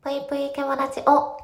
ぷいぷいけまラジオ。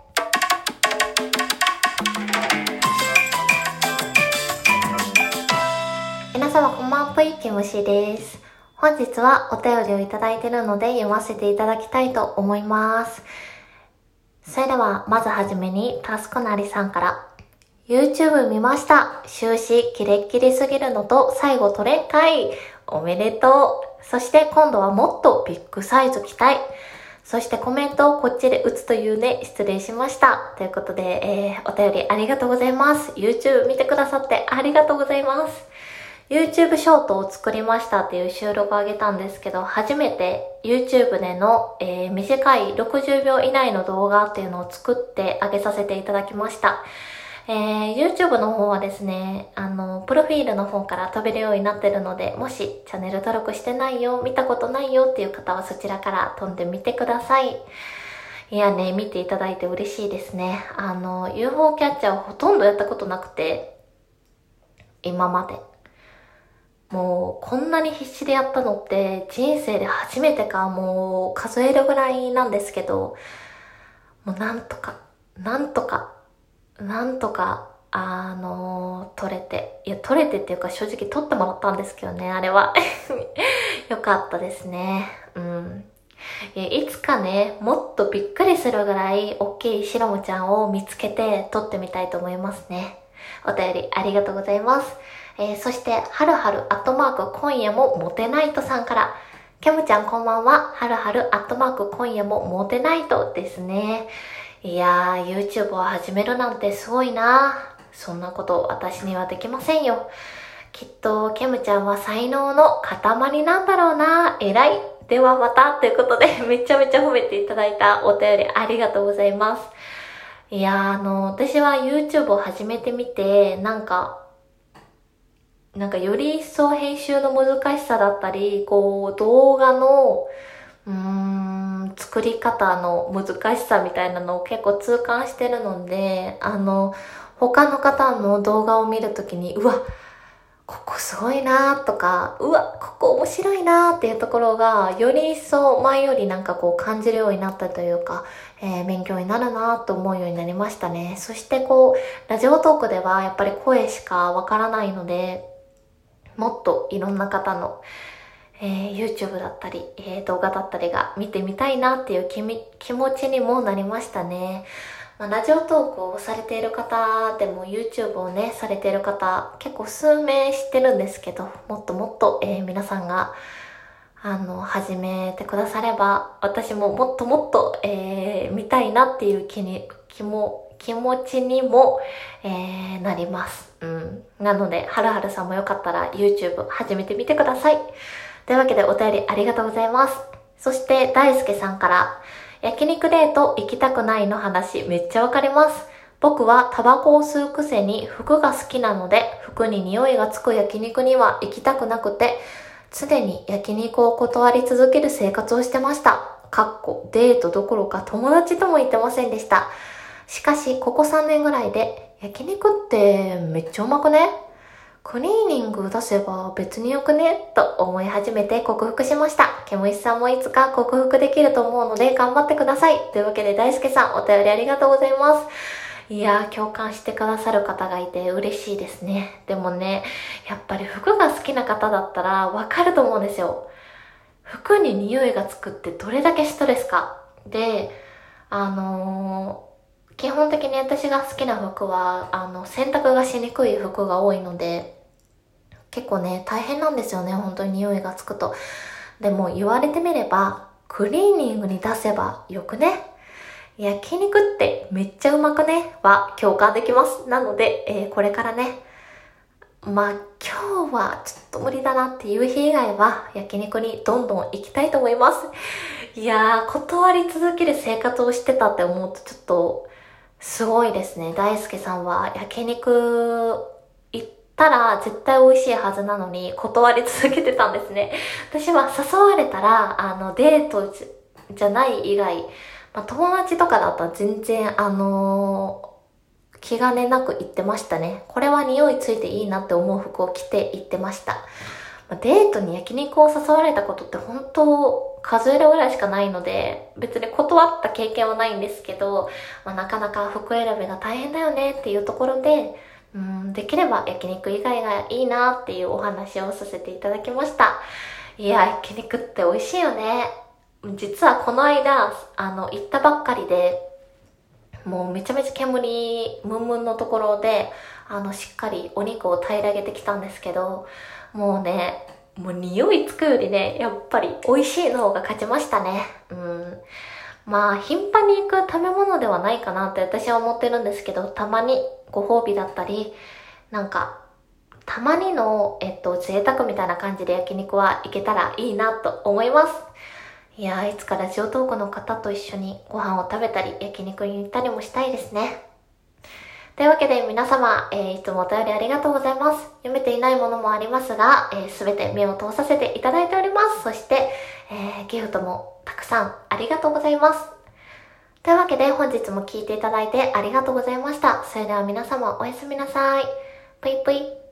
皆様こんばんぷいけむしです。本日はお便りをいただいているので読ませていただきたいと思います。それではまずはじめにタスコなりさんから、 YouTube 見ました。終始キレッキレすぎるのと最後取れんかい。おめでとう。そして今度はもっとビッグサイズ着たい。そしてコメントをこっちで打つというね、失礼しました。ということで、お便りありがとうございます。YouTube 見てくださってありがとうございます。YouTube ショートを作りましたっていう収録をあげたんですけど、初めて YouTube での、短い60秒以内の動画っていうのを作ってあげさせていただきました。YouTube の方はですね、プロフィールの方から飛べるようになってるので、もしチャンネル登録してないよ、見たことないよっていう方はそちらから飛んでみてください。いやね、見ていただいて嬉しいですね。UFO キャッチャーをほとんどやったことなくて、今まで。もう、こんなに必死でやったのって人生で初めてか、もう数えるぐらいなんですけど、もうなんとか、取れて。いや、取れてっていうか正直取ってもらったんですけどね、あれは。よかったですね。いつかね、もっとびっくりするぐらい大きいシロムちゃんを見つけて撮ってみたいと思いますね。お便りありがとうございます。そして、はるはる今夜もモテナイトさんから、ケムちゃんこんばんは、はるはる今夜もモテナイトですね。いやー、YouTube を始めるなんてすごいな。そんなこと私にはできませんよ。きっと、ケムちゃんは才能の塊なんだろうな。偉い。ではまた。ということで、めちゃめちゃ褒めていただいたお便りありがとうございます。いやー、私は YouTube を始めてみて、なんかより一層編集の難しさだったり、動画の、作り方の難しさみたいなのを結構痛感してるので、他の方の動画を見るときに、うわ、ここすごいなとか、うわ、ここ面白いなっていうところが、より一層前より感じるようになったというか、勉強になるなと思うようになりましたね。そしてラジオトークではやっぱり声しかわからないので、もっといろんな方の、YouTube だったり、動画だったりが見てみたいなっていう気持ちにもなりましたね。ラジオトークをされている方でも YouTube をね、されている方結構数名知ってるんですけど、もっともっと、皆さんが始めてくだされば、私ももっともっと、見たいなっていう気持ちにも、なります。なので、はるはるさんもよかったら YouTube 始めてみてください。というわけでお便りありがとうございます。そして、大輔さんから、焼肉デート行きたくないの話めっちゃわかります。僕はタバコを吸うくせに服が好きなので、服に匂いがつく焼肉には行きたくなくて、常に焼肉を断り続ける生活をしてました。デートどころか友達とも言ってませんでした。しかし、ここ3年ぐらいで、焼肉ってめっちゃうまくね？クリーニング出せば別によくねと思い始めて克服しました。ケムイさんもいつか克服できると思うので頑張ってください。というわけで大輔さんお便りありがとうございます。いやー、共感してくださる方がいて嬉しいですね。でもね、やっぱり服が好きな方だったらわかると思うんですよ。服に匂いがつくってどれだけストレスか。で、基本的に私が好きな服は、洗濯がしにくい服が多いので、結構ね、大変なんですよね、本当に匂いがつくと。でも言われてみれば、クリーニングに出せばよくね。焼肉ってめっちゃうまくねは共感できます。なので、これからね、今日はちょっと無理だなっていう日以外は焼肉にどんどん行きたいと思います。いやー、断り続ける生活をしてたって思うとちょっとすごいですね。大輔さんは焼肉行ったら絶対美味しいはずなのに断り続けてたんですね。私は誘われたら、デートじゃない以外、友達とかだったら全然、気兼ねなく行ってましたね。これは匂いついていいなって思う服を着て行ってました。デートに焼肉を誘われたことって本当数えるぐらいしかないので、別に断った経験はないんですけど、なかなか服選びが大変だよねっていうところで、できれば焼肉以外がいいなっていうお話をさせていただきました。いや、焼肉って美味しいよね。実はこの間、行ったばっかりで、もうめちゃめちゃ煙ムンムンのところで、しっかりお肉を平らげてきたんですけど、もうね、もう匂いつくよりね、やっぱり美味しいの方が勝ちましたね。頻繁に行く食べ物ではないかなって私は思ってるんですけど、たまにご褒美だったり、たまにの、贅沢みたいな感じで焼肉は行けたらいいなと思います。いやー、いつかラジオトークの方と一緒にご飯を食べたり、焼肉に行ったりもしたいですね。というわけで皆様、いつもお便りありがとうございます。読めていないものもありますが、すべて目を通させていただいております。そして、ギフトもたくさんありがとうございます。というわけで本日も聞いていただいてありがとうございました。それでは皆様おやすみなさい。ぷいぷい。